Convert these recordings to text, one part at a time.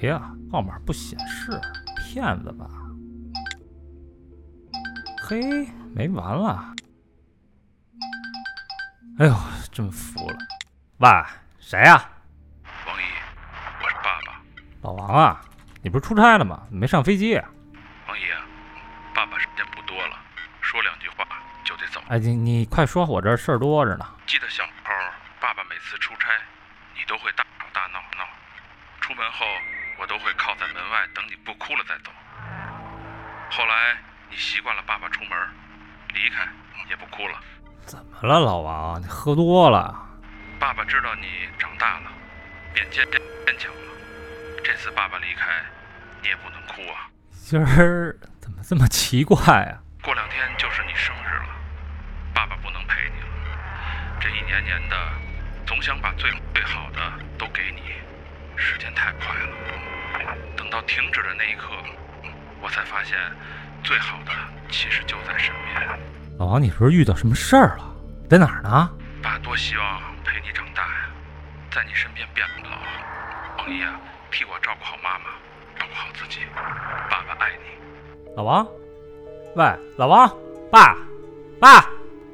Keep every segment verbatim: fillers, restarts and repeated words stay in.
呀？号码不显示，骗子吧？嘿，没完了！哎呦，真服了！喂，谁呀？ 王姨，我是爸爸。 老王啊，你不是出差了吗？没上飞机啊？ 王姨啊，爸爸时间不多了，说两句话就得走。 哎，你你快说，我这事儿多着呢。 记得小时候，爸爸每次出差，你都会大吵大闹闹。出门后，我都会靠在门外等你不哭了再走。后来你习惯了爸爸出门，离开也不哭了。 怎么了，老王？你喝多了？ 爸爸知道你长大了，变坚坚强了。这次爸爸离开，你也不能哭啊。 今儿怎么这么奇怪啊？ 过两天就是你生日了，爸爸不能陪你了。这一年年的，总想把最最好的都给你，时间太快了。等到停止的那一刻，我才发现，最好的其实就在身边。 老王，你是不是遇到什么事儿了？在哪儿呢？ 爸多希望陪你长大呀，在你身边变老。王姨啊，替我照顾好妈妈，照顾好自己。爸爸爱你。 老王，喂，老王，爸，爸，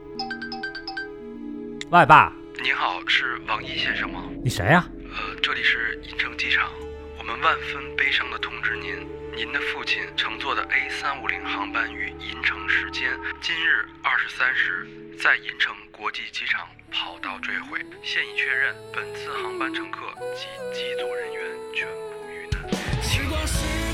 喂，爸。 您好，是王一先生吗？ 你谁呀？ 呃，这里是银城机场，我们万分悲伤地通知您，您的父亲乘坐的 A 三五零航班于银城时间今日二十三时在银城国际机场跑道坠毁，现已确认本次航班乘客及机组人员全部遇难。时光是